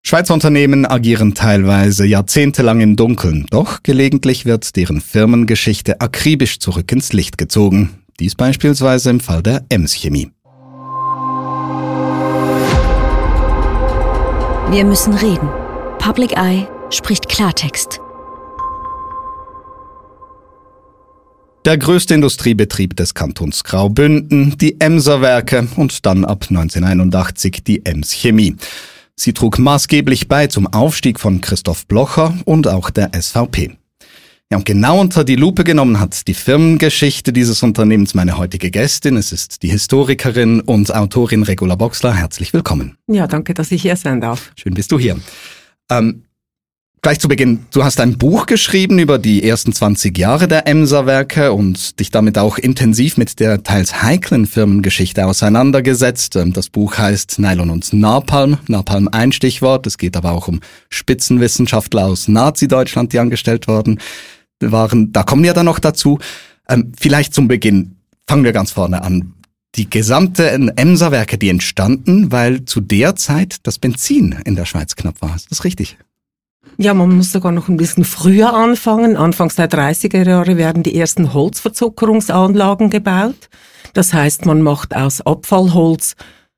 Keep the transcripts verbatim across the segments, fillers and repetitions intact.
Schweizer Unternehmen agieren teilweise jahrzehntelang im Dunkeln, doch gelegentlich wird deren Firmengeschichte akribisch zurück ins Licht gezogen. Dies beispielsweise im Fall der Ems Chemie. Wir müssen reden. Public Eye spricht Klartext. Der größte Industriebetrieb des Kantons Graubünden, die Emser Werke und dann ab neunzehnhunderteinundachtzig die Ems Chemie. Sie trug maßgeblich bei zum Aufstieg von Christoph Blocher und auch der S V P. Ja, und genau unter die Lupe genommen hat die Firmengeschichte dieses Unternehmens meine heutige Gästin. Es ist die Historikerin und Autorin Regula Boxler. Herzlich willkommen. Ja, danke, dass ich hier sein darf. Schön bist du hier. Ähm, Gleich zu Beginn, du hast ein Buch geschrieben über die ersten zwanzig Jahre der Emser Werke und dich damit auch intensiv mit der teils heiklen Firmengeschichte auseinandergesetzt. Das Buch heißt Nylon und Napalm. Napalm ein Stichwort. Es geht aber auch um Spitzenwissenschaftler aus Nazi-Deutschland, die angestellt worden waren. Da kommen wir dann noch dazu. Ähm, vielleicht zum Beginn, fangen wir ganz vorne an. Die gesamte Emser Werke, die entstanden, weil zu der Zeit das Benzin in der Schweiz knapp war. Ist das richtig? Ja, man muss sogar noch ein bisschen früher anfangen. Anfangs der dreißiger Jahre werden die ersten Holzverzuckerungsanlagen gebaut. Das heißt, man macht aus Abfallholz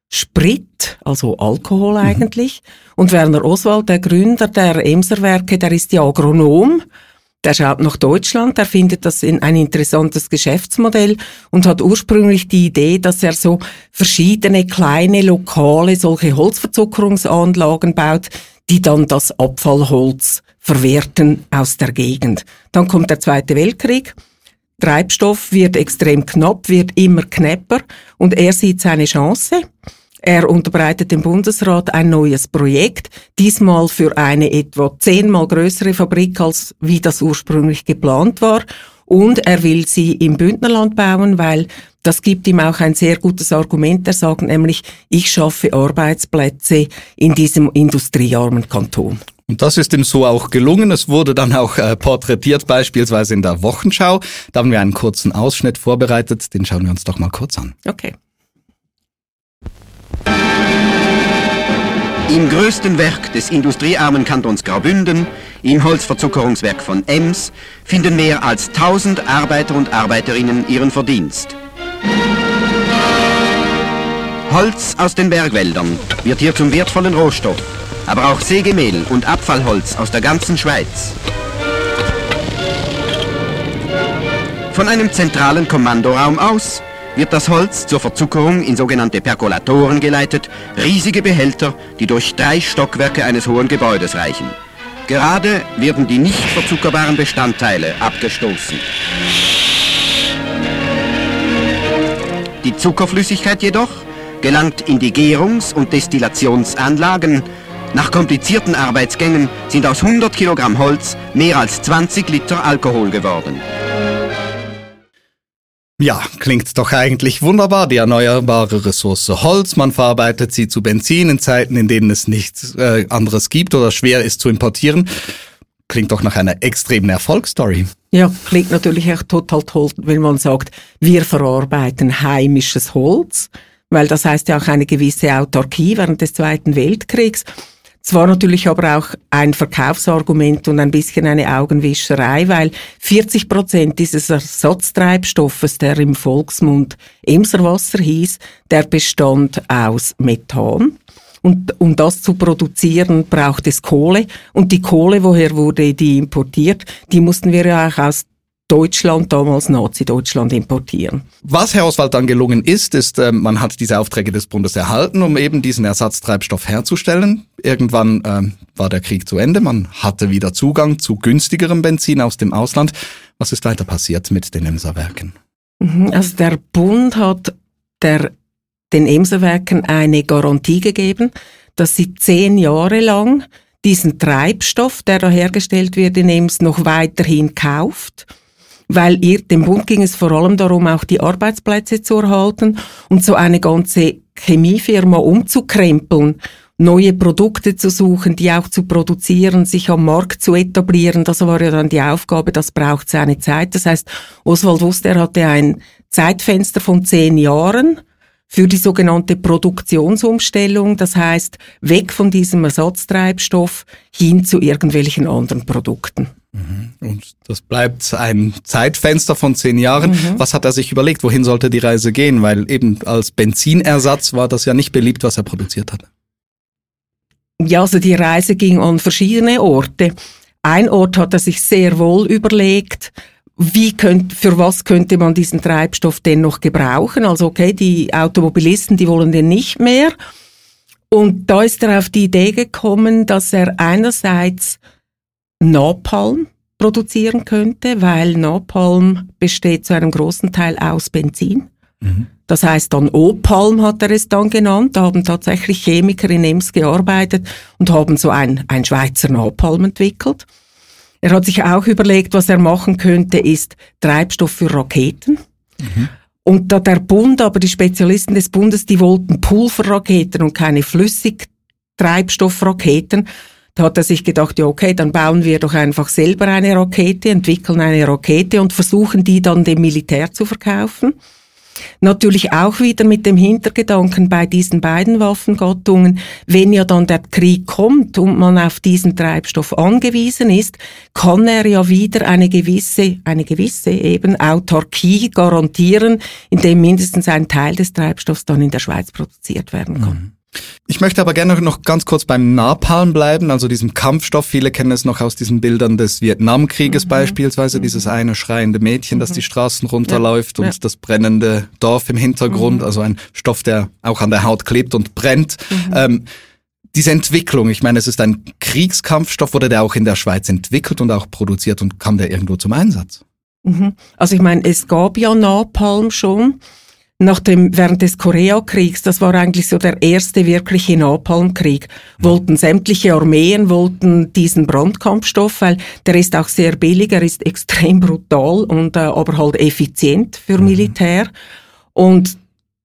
Sprit, also Alkohol eigentlich. Mhm. Und Werner Oswald, der Gründer der Emser Werke, der ist ja Agronom. Der schaut nach Deutschland, der findet das in ein interessantes Geschäftsmodell und hat ursprünglich die Idee, dass er so verschiedene kleine, lokale, solche Holzverzuckerungsanlagen baut, die dann das Abfallholz verwerten aus der Gegend. Dann kommt der Zweite Weltkrieg. Treibstoff wird extrem knapp, wird immer knapper und er sieht seine Chance. Er unterbreitet dem Bundesrat ein neues Projekt, diesmal für eine etwa zehnmal größere Fabrik, als wie das ursprünglich geplant war. Und er will sie im Bündnerland bauen, weil das gibt ihm auch ein sehr gutes Argument. Er sagt nämlich, ich schaffe Arbeitsplätze in diesem industriearmen Kanton. Und das ist ihm so auch gelungen. Es wurde dann auch äh, porträtiert, beispielsweise in der Wochenschau. Da haben wir einen kurzen Ausschnitt vorbereitet. Den schauen wir uns doch mal kurz an. Okay. Im größten Werk des industriearmen Kantons Graubünden, im Holzverzuckerungswerk von Ems, finden mehr als tausend Arbeiter und Arbeiterinnen ihren Verdienst. Holz aus den Bergwäldern wird hier zum wertvollen Rohstoff, aber auch Sägemehl und Abfallholz aus der ganzen Schweiz. Von einem zentralen Kommandoraum aus wird das Holz zur Verzuckerung in sogenannte Perkolatoren geleitet, riesige Behälter, die durch drei Stockwerke eines hohen Gebäudes reichen. Gerade werden die nicht verzuckerbaren Bestandteile abgestoßen. Die Zuckerflüssigkeit jedoch gelangt in die Gärungs- und Destillationsanlagen. Nach komplizierten Arbeitsgängen sind aus hundert Kilogramm Holz mehr als zwanzig Liter Alkohol geworden. Ja, klingt doch eigentlich wunderbar, die erneuerbare Ressource Holz. Man verarbeitet sie zu Benzin in Zeiten, in denen es nichts äh, anderes gibt oder schwer ist zu importieren. Klingt doch nach einer extremen Erfolgsstory. Ja, klingt natürlich auch total toll, wenn man sagt, wir verarbeiten heimisches Holz, weil das heißt ja auch eine gewisse Autarkie während des Zweiten Weltkriegs. Es war natürlich aber auch ein Verkaufsargument und ein bisschen eine Augenwischerei, weil vierzig Prozent dieses Ersatztreibstoffes, der im Volksmund Emserwasser hieß, der bestand aus Methan. Und um das zu produzieren, braucht es Kohle. Und die Kohle, woher wurde die importiert? Die mussten wir ja auch aus Deutschland, damals Nazi-Deutschland, importieren. Was Herr Oswald dann gelungen ist, ist, äh, man hat diese Aufträge des Bundes erhalten, um eben diesen Ersatztreibstoff herzustellen. Irgendwann äh, war der Krieg zu Ende, man hatte wieder Zugang zu günstigerem Benzin aus dem Ausland. Was ist weiter passiert mit den Emser Werken? Also der Bund hat der, den Emser Werken eine Garantie gegeben, dass sie zehn Jahre lang diesen Treibstoff, der da hergestellt wird in Ems, noch weiterhin kauft. Weil ihr, dem Bund ging es vor allem darum, auch die Arbeitsplätze zu erhalten und so eine ganze Chemiefirma umzukrempeln, neue Produkte zu suchen, die auch zu produzieren, sich am Markt zu etablieren. Das war ja dann die Aufgabe, das braucht seine Zeit. Das heißt, Oswald wusste, er hatte ein Zeitfenster von zehn Jahren für die sogenannte Produktionsumstellung, das heißt weg von diesem Ersatztreibstoff hin zu irgendwelchen anderen Produkten. Und das bleibt ein Zeitfenster von zehn Jahren. Mhm. Was hat er sich überlegt? Wohin sollte die Reise gehen? Weil eben als Benzinersatz war das ja nicht beliebt, was er produziert hat. Ja, also die Reise ging an verschiedene Orte. Ein Ort hat er sich sehr wohl überlegt, wie könnt, für was könnte man diesen Treibstoff denn noch gebrauchen? Also okay, die Automobilisten, die wollen den nicht mehr. Und da ist er auf die Idee gekommen, dass er einerseits Napalm produzieren könnte, weil Napalm besteht zu einem großen Teil aus Benzin. Mhm. Das heißt dann O-Palm hat er es dann genannt. Da haben tatsächlich Chemiker in Ems gearbeitet und haben so ein, ein Schweizer Napalm entwickelt. Er hat sich auch überlegt, was er machen könnte, ist Treibstoff für Raketen. Mhm. Und da der Bund, aber die Spezialisten des Bundes, die wollten Pulverraketen und keine Flüssigtreibstoffraketen. Da hat er sich gedacht, ja okay, dann bauen wir doch einfach selber eine Rakete, entwickeln eine Rakete und versuchen die dann dem Militär zu verkaufen. Natürlich auch wieder mit dem Hintergedanken bei diesen beiden Waffengattungen, wenn ja dann der Krieg kommt und man auf diesen Treibstoff angewiesen ist, kann er ja wieder eine gewisse, eine gewisse eben Autarkie garantieren, indem mindestens ein Teil des Treibstoffs dann in der Schweiz produziert werden kann. Mhm. Ich möchte aber gerne noch ganz kurz beim Napalm bleiben, also diesem Kampfstoff. Viele kennen es noch aus diesen Bildern des Vietnamkrieges mhm. beispielsweise, mhm. dieses eine schreiende Mädchen, das mhm. die Straßen runterläuft ja. und ja. das brennende Dorf im Hintergrund, mhm. also ein Stoff, der auch an der Haut klebt und brennt. Mhm. Ähm, diese Entwicklung, ich meine, es ist ein Kriegskampfstoff, wurde der auch in der Schweiz entwickelt und auch produziert und kam der irgendwo zum Einsatz? Mhm. Also ich meine, es gab ja Napalm schon. Nach dem, während des Koreakriegs, das war eigentlich so der erste wirkliche Napalmkrieg, ja. wollten sämtliche Armeen, wollten diesen Brandkampfstoff, weil der ist auch sehr billig, er ist extrem brutal und äh, aber halt effizient für mhm. Militär. Und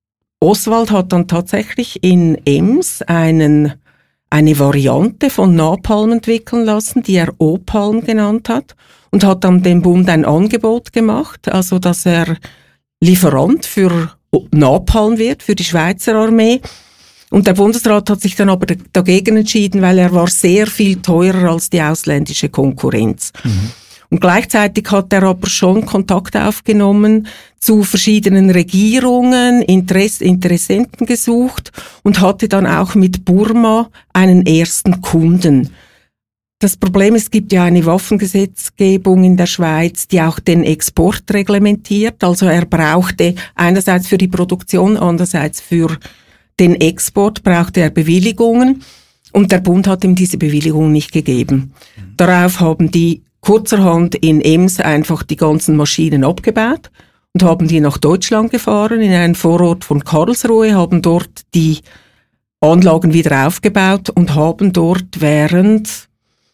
Oswald hat dann tatsächlich in Ems einen, eine Variante von Napalm entwickeln lassen, die er O-Palm genannt hat, und hat dann dem Bund ein Angebot gemacht, also dass er Lieferant für Napalm wird, für die Schweizer Armee. Und der Bundesrat hat sich dann aber dagegen entschieden, weil er war sehr viel teurer als die ausländische Konkurrenz. Mhm. Und gleichzeitig hat er aber schon Kontakt aufgenommen zu verschiedenen Regierungen, Interess- Interessenten gesucht und hatte dann auch mit Burma einen ersten Kunden. Das Problem ist, es gibt ja eine Waffengesetzgebung in der Schweiz, die auch den Export reglementiert. Also er brauchte einerseits für die Produktion, andererseits für den Export brauchte er Bewilligungen. Und der Bund hat ihm diese Bewilligung nicht gegeben. Mhm. Darauf haben die kurzerhand in Ems einfach die ganzen Maschinen abgebaut und haben die nach Deutschland gefahren, in einen Vorort von Karlsruhe, haben dort die Anlagen wieder aufgebaut und haben dort während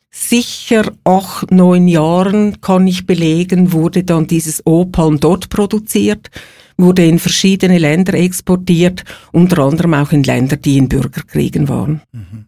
sicher acht, neun Jahren, kann ich belegen, wurde dann dieses O-Palm dort produziert, wurde in verschiedene Länder exportiert, unter anderem auch in Länder, die in Bürgerkriegen waren. Mhm.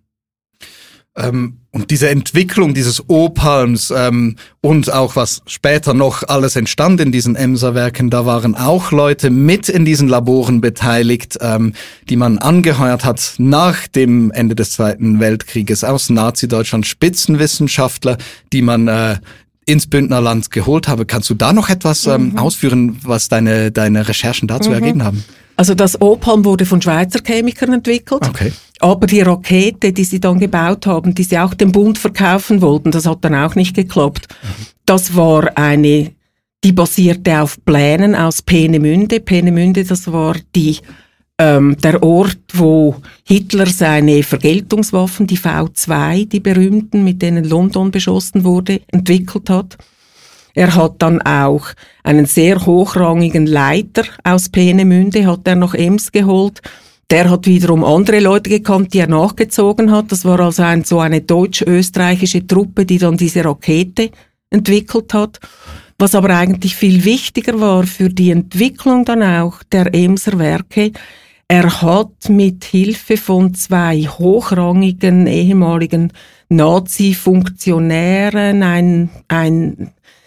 Ähm, und diese Entwicklung dieses O-Palms ähm, und auch was später noch alles entstand in diesen Emser Werken, da waren auch Leute mit in diesen Laboren beteiligt, ähm, die man angeheuert hat nach dem Ende des Zweiten Weltkrieges aus Nazi-Deutschland, Spitzenwissenschaftler, die man äh, ins Bündnerland geholt habe. Kannst du da noch etwas ähm, mhm. ausführen, was deine deine Recherchen dazu mhm. ergeben haben? Also das O-Palm wurde von Schweizer Chemikern entwickelt, okay. aber die Rakete, die sie dann gebaut haben, die sie auch dem Bund verkaufen wollten, das hat dann auch nicht geklappt. Mhm. Das war eine, die basierte auf Plänen aus Peenemünde. Peenemünde, das war die ähm, der Ort, wo Hitler seine Vergeltungswaffen, die V zwei, die berühmten, mit denen London beschossen wurde, entwickelt hat. Er hat dann auch einen sehr hochrangigen Leiter aus Peenemünde, hat er nach Ems geholt. Der hat wiederum andere Leute gekannt, die er nachgezogen hat. Das war also ein, so eine deutsch-österreichische Truppe, die dann diese Rakete entwickelt hat. Was aber eigentlich viel wichtiger war für die Entwicklung dann auch der Emser Werke, er hat mit Hilfe von zwei hochrangigen ehemaligen Nazi-Funktionären ein, ein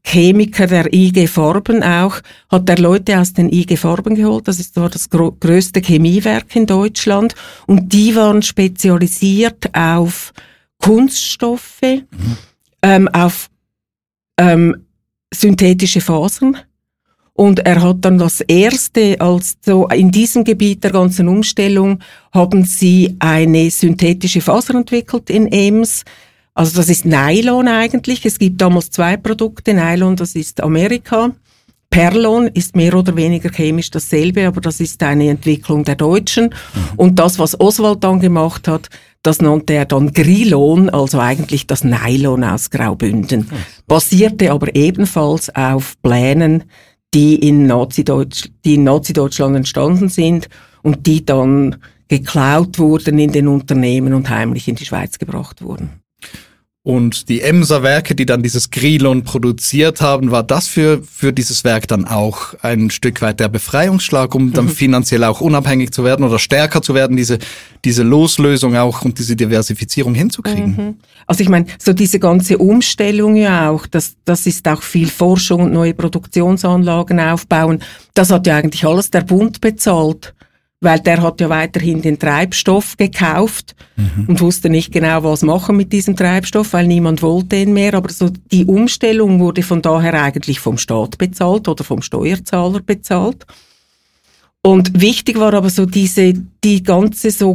Chemiker der I G Farben auch, hat er Leute aus den I G Farben geholt. Das ist, war das gro- größte Chemiewerk in Deutschland. Und die waren spezialisiert auf Kunststoffe, mhm. ähm, auf ähm, synthetische Fasern. Und er hat dann das erste, als so in diesem Gebiet der ganzen Umstellung, haben sie eine synthetische Faser entwickelt in Ems. Also das ist Nylon eigentlich. Es gibt damals zwei Produkte. Nylon, das ist Amerika. Perlon ist mehr oder weniger chemisch dasselbe, aber das ist eine Entwicklung der Deutschen. Mhm. Und das, was Oswald dann gemacht hat, das nannte er dann Grilon, also eigentlich das Nylon aus Graubünden. Mhm. Basierte aber ebenfalls auf Plänen, die in Nazi-Deutsch, die in Nazi-Deutschland entstanden sind und die dann geklaut wurden in den Unternehmen und heimlich in die Schweiz gebracht wurden. Und die Emser Werke, die dann dieses Grilon produziert haben, war das für für dieses Werk dann auch ein Stück weit der Befreiungsschlag, um dann mhm. finanziell auch unabhängig zu werden oder stärker zu werden, diese diese Loslösung auch und diese Diversifizierung hinzukriegen? Mhm. Also ich meine, so diese ganze Umstellung ja auch, das das ist auch viel Forschung und neue Produktionsanlagen aufbauen. Das hat ja eigentlich alles der Bund bezahlt. Weil der hat ja weiterhin den Treibstoff gekauft mhm. und wusste nicht genau, was machen mit diesem Treibstoff, weil niemand wollte ihn mehr. Aber so die Umstellung wurde von daher eigentlich vom Staat bezahlt oder vom Steuerzahler bezahlt. Und wichtig war aber so diese, die ganze so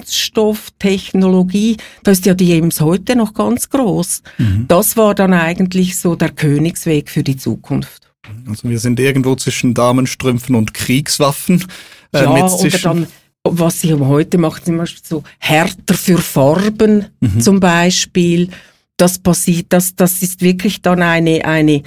Kunststofftechnologie, da ist ja die Ems heute noch ganz groß. Mhm. Das war dann eigentlich so der Königsweg für die Zukunft. Also wir sind irgendwo zwischen Damenstrümpfen und Kriegswaffen. Ja, oder dann, was sie heute machen, zum Beispiel so Härter für Farben mhm. zum Beispiel. Das passiert, das, das ist wirklich dann eine, eine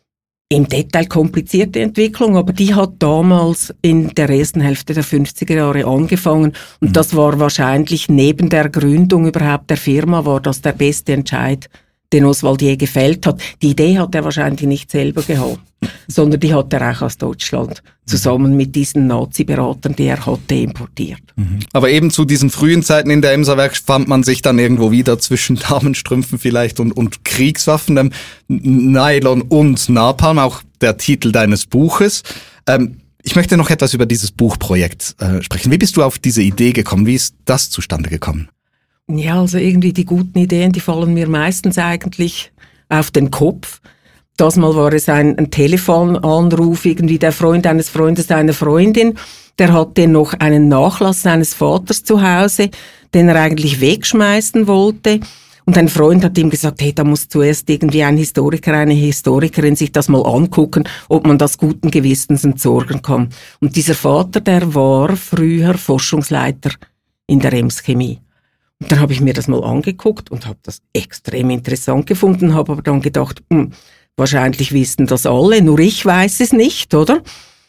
im Detail komplizierte Entwicklung, aber die hat damals in der ersten Hälfte der fünfziger Jahre angefangen und mhm. das war wahrscheinlich neben der Gründung überhaupt der Firma, war das der beste Entscheid, den Oswald je gefällt hat. Die Idee hat er wahrscheinlich nicht selber gehabt, sondern die hat er auch aus Deutschland zusammen mit diesen Nazi-Beratern, die er hatte, importiert. Aber eben zu diesen frühen Zeiten in der Emser Werk fand man sich dann irgendwo wieder zwischen Damenstrümpfen vielleicht und, und Kriegswaffen, ähm, Nylon und Napalm, auch der Titel deines Buches. Ähm, ich möchte noch etwas über dieses Buchprojekt äh, sprechen. Wie bist du auf diese Idee gekommen? Wie ist das zustande gekommen? Ja, also irgendwie die guten Ideen, die fallen mir meistens eigentlich auf den Kopf. Das Mal war es ein, ein Telefonanruf, irgendwie der Freund eines Freundes einer Freundin, der hatte noch einen Nachlass seines Vaters zu Hause, den er eigentlich wegschmeißen wollte. Und ein Freund hat ihm gesagt, hey, da muss zuerst irgendwie ein Historiker, eine Historikerin sich das mal angucken, ob man das guten Gewissens entsorgen kann. Und dieser Vater, der war früher Forschungsleiter in der Ems Chemie. Und dann habe ich mir das mal angeguckt und habe das extrem interessant gefunden, habe aber dann gedacht, hm, wahrscheinlich wissen das alle, nur ich weiß es nicht, oder?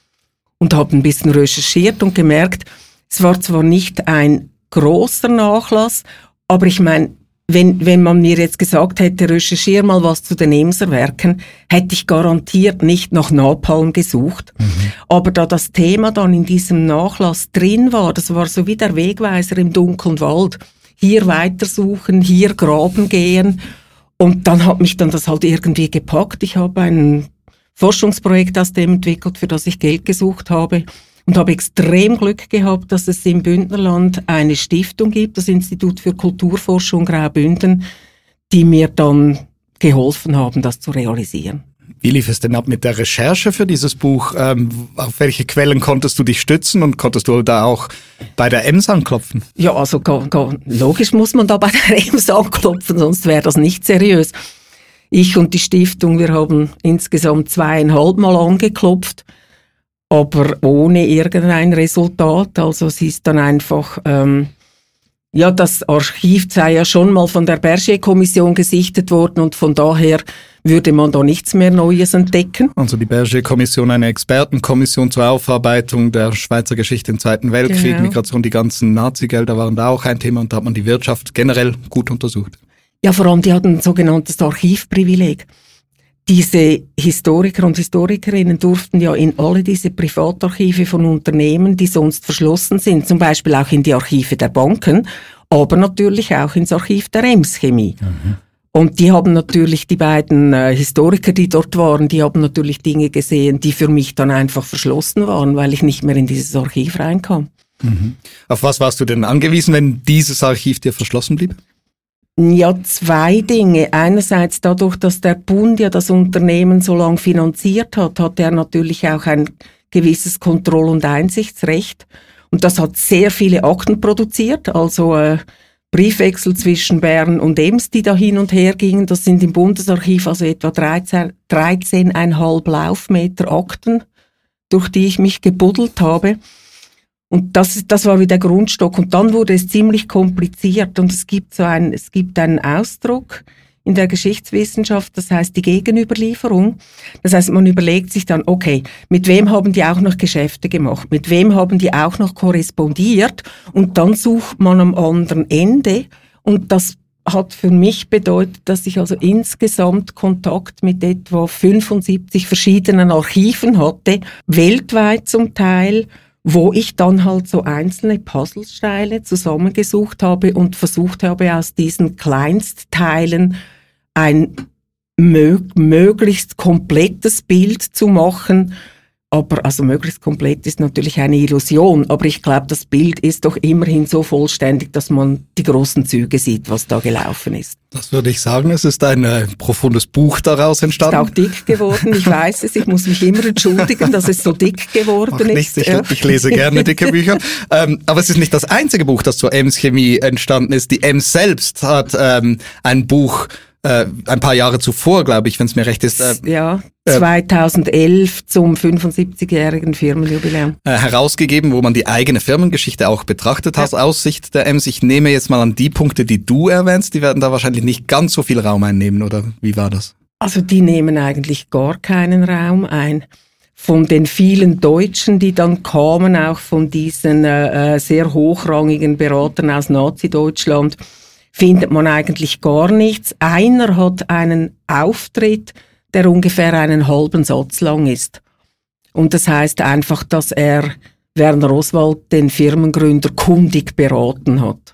Und habe ein bisschen recherchiert und gemerkt, es war zwar nicht ein großer Nachlass, aber ich meine, wenn, wenn man mir jetzt gesagt hätte, recherchiere mal was zu den Emser Werken, hätte ich garantiert nicht nach Napalm gesucht. Mhm. Aber da das Thema dann in diesem Nachlass drin war, das war so wie der Wegweiser im dunklen Wald. Hier weitersuchen, hier graben gehen. Und dann hat mich dann das halt irgendwie gepackt. Ich habe ein Forschungsprojekt aus dem entwickelt, für das ich Geld gesucht habe. Und habe extrem Glück gehabt, dass es im Bündnerland eine Stiftung gibt, das Institut für Kulturforschung Graubünden, die mir dann geholfen haben, das zu realisieren. Wie lief es denn ab mit der Recherche für dieses Buch? Ähm, auf welche Quellen konntest du dich stützen und konntest du da auch bei der Ems anklopfen? Ja, also ga, ga, logisch muss man da bei der Ems anklopfen, sonst wäre das nicht seriös. Ich und die Stiftung, wir haben insgesamt zweieinhalb Mal angeklopft, aber ohne irgendein Resultat. Also es ist dann einfach... Ähm, Ja, das Archiv sei ja schon mal von der Berger-Kommission gesichtet worden und von daher würde man da nichts mehr Neues entdecken. Also die Berger-Kommission, eine Expertenkommission zur Aufarbeitung der Schweizer Geschichte im Zweiten Weltkrieg, genau. Migration, die ganzen Nazi-Gelder waren da auch ein Thema und da hat man die Wirtschaft generell gut untersucht. Ja, vor allem die hatten ein sogenanntes Archivprivileg. Diese Historiker und Historikerinnen durften ja in alle diese Privatarchive von Unternehmen, die sonst verschlossen sind, zum Beispiel auch in die Archive der Banken, aber natürlich auch ins Archiv der Ems Chemie. Mhm. Und die haben natürlich, die beiden äh, Historiker, die dort waren, die haben natürlich Dinge gesehen, die für mich dann einfach verschlossen waren, weil ich nicht mehr in dieses Archiv reinkam. Mhm. Auf was warst du denn angewiesen, wenn dieses Archiv dir verschlossen blieb? Ja, zwei Dinge. Einerseits dadurch, dass der Bund ja das Unternehmen so lange finanziert hat, hat er natürlich auch ein gewisses Kontroll- und Einsichtsrecht. Und das hat sehr viele Akten produziert, also äh, Briefwechsel zwischen Bern und Ems, die da hin und her gingen. Das sind im Bundesarchiv also etwa dreizehn, dreizehn Komma fünf Laufmeter Akten, durch die ich mich gebuddelt habe. Und das, das war wie der Grundstock. Und dann wurde es ziemlich kompliziert. Und es gibt so ein, es gibt einen Ausdruck in der Geschichtswissenschaft, das heißt die Gegenüberlieferung. Das heißt, man überlegt sich dann, okay, mit wem haben die auch noch Geschäfte gemacht? Mit wem haben die auch noch korrespondiert? Und dann sucht man am anderen Ende. Und das hat für mich bedeutet, dass ich also insgesamt Kontakt mit etwa fünfundsiebzig verschiedenen Archiven hatte, weltweit zum Teil, wo ich dann halt so einzelne Puzzlesteine zusammengesucht habe und versucht habe, aus diesen Kleinstteilen ein mög- möglichst komplettes Bild zu machen. Aber also möglichst komplett ist natürlich eine Illusion, aber ich glaube, das Bild ist doch immerhin so vollständig, dass man die großen Züge sieht, was da gelaufen ist. Das würde ich sagen, es ist ein äh, profundes Buch daraus entstanden. Ist auch dick geworden, ich weiß es, ich muss mich immer entschuldigen, dass es so dick geworden Ach, nichts, ist. Ich, ja. ich lese gerne dicke Bücher, ähm, aber es ist nicht das einzige Buch, das zur Ems Chemie entstanden ist. Die Ems selbst hat ähm, ein Buch Äh, ein paar Jahre zuvor, glaube ich, wenn es mir recht ist. Äh, ja, zweitausendelf zum fünfundsiebzigjährigen Firmenjubiläum. Äh, herausgegeben, wo man die eigene Firmengeschichte auch betrachtet hat, ja. Aus Sicht der Ems. Ich nehme jetzt mal an die Punkte, die du erwähnst, die werden da wahrscheinlich nicht ganz so viel Raum einnehmen, oder wie war das? Also die nehmen eigentlich gar keinen Raum ein. Von den vielen Deutschen, die dann kamen, auch von diesen äh, sehr hochrangigen Beratern aus Nazi-Deutschland, findet man eigentlich gar nichts. Einer hat einen Auftritt, der ungefähr einen halben Satz lang ist. Und das heißt einfach, dass er Werner Oswald, den Firmengründer, kundig beraten hat.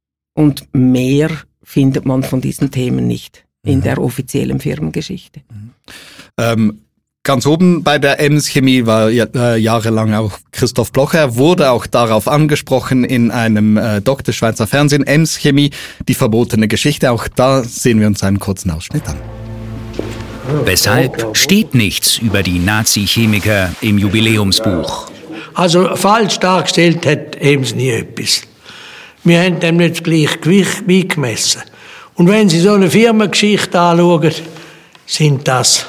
Und mehr findet man von diesen Themen nicht in mhm. der offiziellen Firmengeschichte. Mhm. Ähm Ganz oben bei der Ems Chemie war äh, jahrelang auch Christoph Blocher. Er wurde auch darauf angesprochen in einem äh, Doc des Schweizer Fernsehen, Ems Chemie, die verbotene Geschichte. Auch da sehen wir uns einen kurzen Ausschnitt an. Weshalb steht nichts über die Nazi-Chemiker im Jubiläumsbuch? Also falsch dargestellt hat Ems nie etwas. Wir haben dem nicht das Gleichgewicht beigemessen. Und wenn Sie so eine Firmengeschichte anschauen, sind das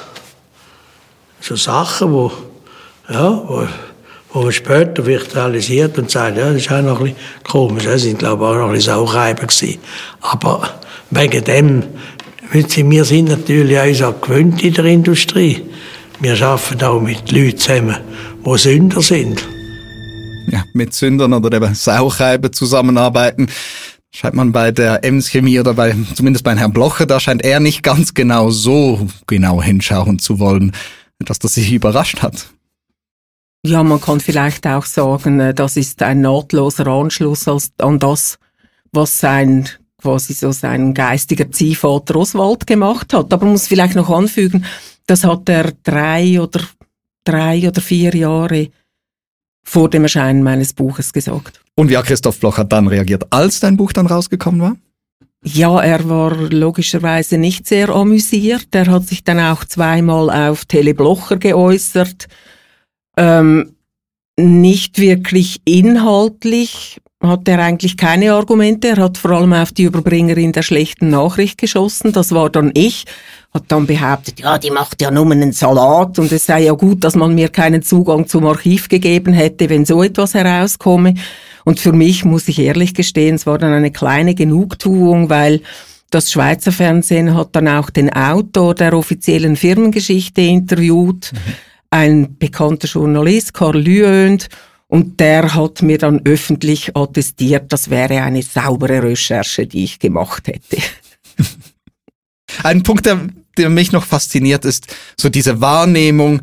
so Sachen, wo, ja, wo, wo man später vielleicht realisiert und sagt, ja, das ist auch noch ein bisschen komisch. Das sind, glaube ich, auch noch ein bisschen Saureiber gewesen. Aber wegen dem, wir sind natürlich auch uns auch gewöhnt in der Industrie. Wir arbeiten auch mit Leuten zusammen, die Sünder sind. Ja, mit Sündern oder eben Saureiber zusammenarbeiten. Scheint man bei der Ems Chemie oder bei, zumindest bei Herrn Blocher, da scheint er nicht ganz genau so genau hinschauen zu wollen, dass das sich überrascht hat. Ja, man kann vielleicht auch sagen, das ist ein nahtloser Anschluss an das, was sein, quasi so sein geistiger Ziehvater Oswald gemacht hat. Aber man muss vielleicht noch anfügen, das hat er drei oder drei oder vier Jahre vor dem Erscheinen meines Buches gesagt. Und wie hat Christoph Blocher dann reagiert, als dein Buch dann rausgekommen war? Ja, er war logischerweise nicht sehr amüsiert. Er hat sich dann auch zweimal auf Tele Blocher geäußert. Ähm, nicht wirklich inhaltlich hat er eigentlich keine Argumente. Er hat vor allem auf die Überbringerin der schlechten Nachricht geschossen. Das war dann ich. Hat dann behauptet, ja, die macht ja nur einen Salat und es sei ja gut, dass man mir keinen Zugang zum Archiv gegeben hätte, wenn so etwas herauskomme. Und für mich, muss ich ehrlich gestehen, es war dann eine kleine Genugtuung, weil das Schweizer Fernsehen hat dann auch den Autor der offiziellen Firmengeschichte interviewt, mhm. ein bekannter Journalist, Karl Lüönd, und der hat mir dann öffentlich attestiert, das wäre eine saubere Recherche, die ich gemacht hätte. Ein Punkt, der, der mich noch fasziniert, ist so diese Wahrnehmung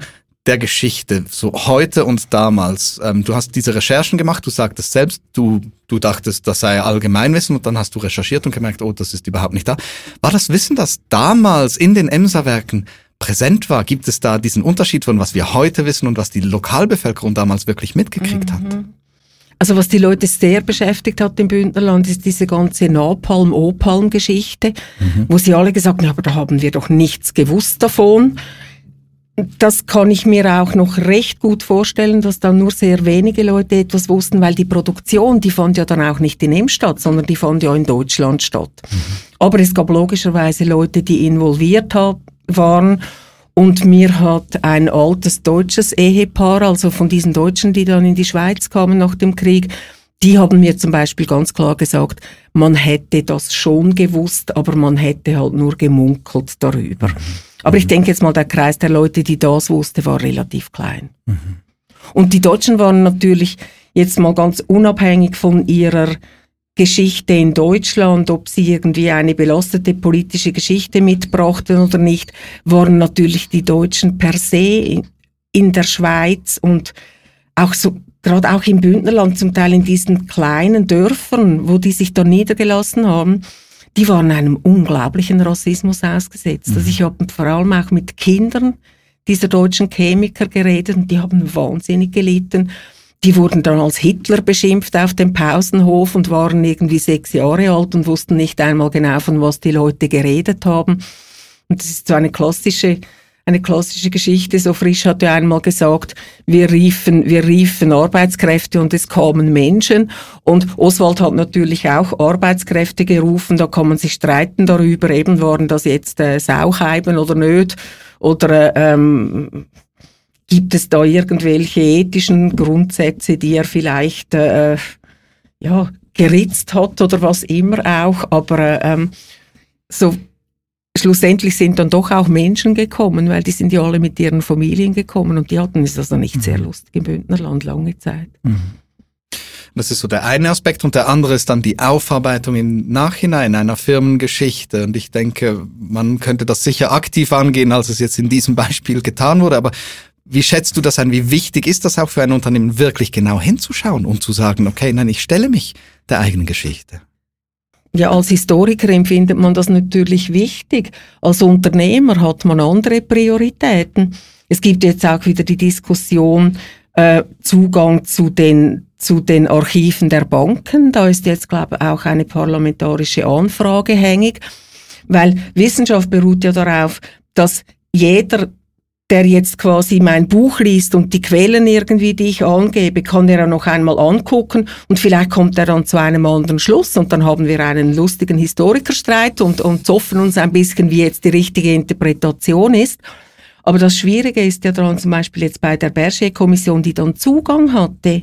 der Geschichte, so heute und damals. Ähm, du hast diese Recherchen gemacht, du sagtest selbst, du, du dachtest, das sei Allgemeinwissen und dann hast du recherchiert und gemerkt, oh, das ist überhaupt nicht da. War das Wissen, das damals in den Emser-Werken präsent war? Gibt es da diesen Unterschied von was wir heute wissen und was die Lokalbevölkerung damals wirklich mitgekriegt mhm. hat? Also was die Leute sehr beschäftigt hat im Bündnerland, ist diese ganze Napalm-Opalm-Geschichte, mhm. wo sie alle gesagt haben, aber da haben wir doch nichts gewusst davon. Das kann ich mir auch noch recht gut vorstellen, dass dann nur sehr wenige Leute etwas wussten, weil die Produktion, die fand ja dann auch nicht in Ems statt, sondern die fand ja in Deutschland statt. Mhm. Aber es gab logischerweise Leute, die involviert waren. Und mir hat ein altes deutsches Ehepaar, also von diesen Deutschen, die dann in die Schweiz kamen nach dem Krieg, die haben mir zum Beispiel ganz klar gesagt, man hätte das schon gewusst, aber man hätte halt nur gemunkelt darüber. Mhm. Aber ich denke jetzt mal, der Kreis der Leute, die das wusste, war relativ klein. Mhm. Und die Deutschen waren natürlich jetzt mal ganz unabhängig von ihrer Geschichte in Deutschland, ob sie irgendwie eine belastete politische Geschichte mitbrachten oder nicht, waren natürlich die Deutschen per se in der Schweiz und auch so, gerade auch im Bündnerland, zum Teil in diesen kleinen Dörfern, wo die sich da niedergelassen haben, die waren einem unglaublichen Rassismus ausgesetzt. Mhm. Also ich habe vor allem auch mit Kindern dieser deutschen Chemiker geredet und die haben wahnsinnig gelitten. Die wurden dann als Hitler beschimpft auf dem Pausenhof und waren irgendwie sechs Jahre alt und wussten nicht einmal genau, von was die Leute geredet haben. Und das ist so eine klassische, eine klassische Geschichte. So Frisch hatte einmal gesagt, wir riefen, wir riefen Arbeitskräfte und es kamen Menschen. Und Oswald hat natürlich auch Arbeitskräfte gerufen. Da kann man sich streiten darüber, eben waren das jetzt äh, Saucheiben oder nicht. Oder, ähm, gibt es da irgendwelche ethischen Grundsätze, die er vielleicht äh, ja geritzt hat oder was immer auch, aber ähm, so schlussendlich sind dann doch auch Menschen gekommen, weil die sind ja alle mit ihren Familien gekommen und die hatten es also nicht mhm. sehr lustig im Bündnerland lange Zeit. Mhm. Das ist so der eine Aspekt und der andere ist dann die Aufarbeitung im Nachhinein einer Firmengeschichte und ich denke, man könnte das sicher aktiv angehen, als es jetzt in diesem Beispiel getan wurde, aber wie schätzt du das ein? Wie wichtig ist das auch für ein Unternehmen, wirklich genau hinzuschauen und zu sagen, okay, nein, ich stelle mich der eigenen Geschichte? Ja, als Historiker empfindet man das natürlich wichtig. Als Unternehmer hat man andere Prioritäten. Es gibt jetzt auch wieder die Diskussion, äh, Zugang zu den, zu den Archiven der Banken. Da ist jetzt, glaube ich, auch eine parlamentarische Anfrage hängig, weil Wissenschaft beruht ja darauf, dass jeder, der jetzt quasi mein Buch liest und die Quellen irgendwie, die ich angebe, kann er auch noch einmal angucken und vielleicht kommt er dann zu einem anderen Schluss und dann haben wir einen lustigen Historikerstreit und, und zoffen uns ein bisschen, wie jetzt die richtige Interpretation ist. Aber das Schwierige ist ja daran, zum Beispiel jetzt bei der Berger-Kommission, die dann Zugang hatte,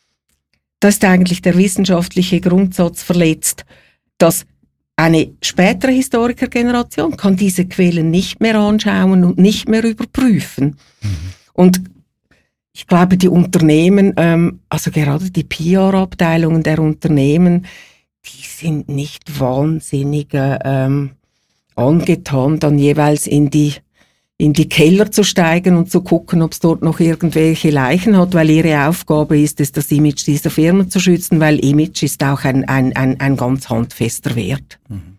da ist eigentlich der wissenschaftliche Grundsatz verletzt, dass eine spätere Historikergeneration kann diese Quellen nicht mehr anschauen und nicht mehr überprüfen. Mhm. Und ich glaube, die Unternehmen, ähm, also gerade die P R-Abteilungen der Unternehmen, die sind nicht wahnsinnig ähm, angetan, dann jeweils in die in die Keller zu steigen und zu gucken, ob es dort noch irgendwelche Leichen hat, weil ihre Aufgabe ist es, das Image dieser Firmen zu schützen, weil Image ist auch ein, ein, ein, ein ganz handfester Wert.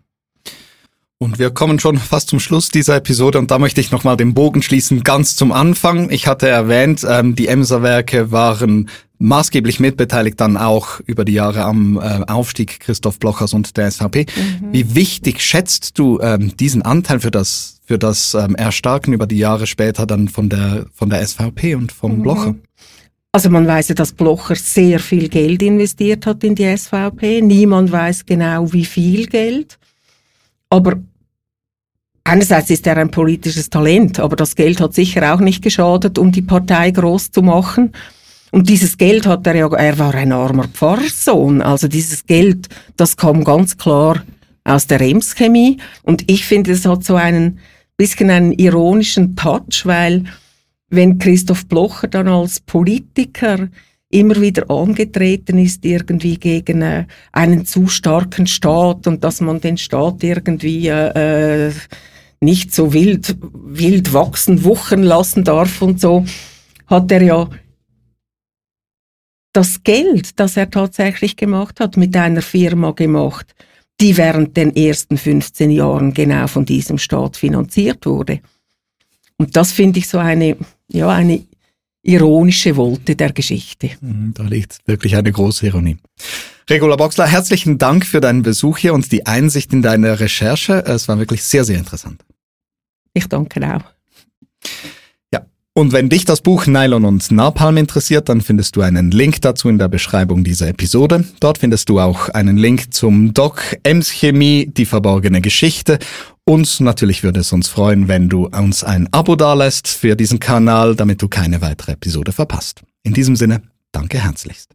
Und wir kommen schon fast zum Schluss dieser Episode und da möchte ich nochmal den Bogen schließen, ganz zum Anfang. Ich hatte erwähnt, ähm, die Emser-Werke waren maßgeblich mitbeteiligt dann auch über die Jahre am äh, Aufstieg Christoph Blochers und der S V P. Mhm. Wie wichtig schätzt du ähm, diesen Anteil für das für das ähm, Erstarken über die Jahre später dann von der von der S V P und vom mhm. Blocher? Also man weiß ja, dass Blocher sehr viel Geld investiert hat in die S V P. Niemand weiß genau, wie viel Geld. Aber einerseits ist er ein politisches Talent, aber das Geld hat sicher auch nicht geschadet, um die Partei groß zu machen. Und dieses Geld hat er ja, er war ein armer Pfarrsohn, also dieses Geld, das kam ganz klar aus der Ems-Chemie. Und ich finde, es hat so einen bisschen einen ironischen Touch, weil wenn Christoph Blocher dann als Politiker immer wieder angetreten ist, irgendwie gegen äh, einen zu starken Staat und dass man den Staat irgendwie äh, nicht so wild, wild wachsen, wuchern lassen darf und so, hat er ja das Geld, das er tatsächlich gemacht hat, mit einer Firma gemacht, die während den ersten fünfzehn Jahren genau von diesem Staat finanziert wurde. Und das finde ich so eine, ja, eine ironische Wolte der Geschichte. Da liegt wirklich eine große Ironie. Regula Boxler, herzlichen Dank für deinen Besuch hier und die Einsicht in deine Recherche. Es war wirklich sehr, sehr interessant. Ich danke auch. Ja, und wenn dich das Buch Nylon und Napalm interessiert, dann findest du einen Link dazu in der Beschreibung dieser Episode. Dort findest du auch einen Link zum Doc Ems Chemie, die verborgene Geschichte. Und natürlich würde es uns freuen, wenn du uns ein Abo dalässt für diesen Kanal, damit du keine weitere Episode verpasst. In diesem Sinne, danke herzlichst.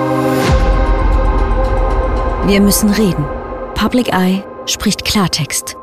Wir müssen reden. Public Eye spricht Klartext.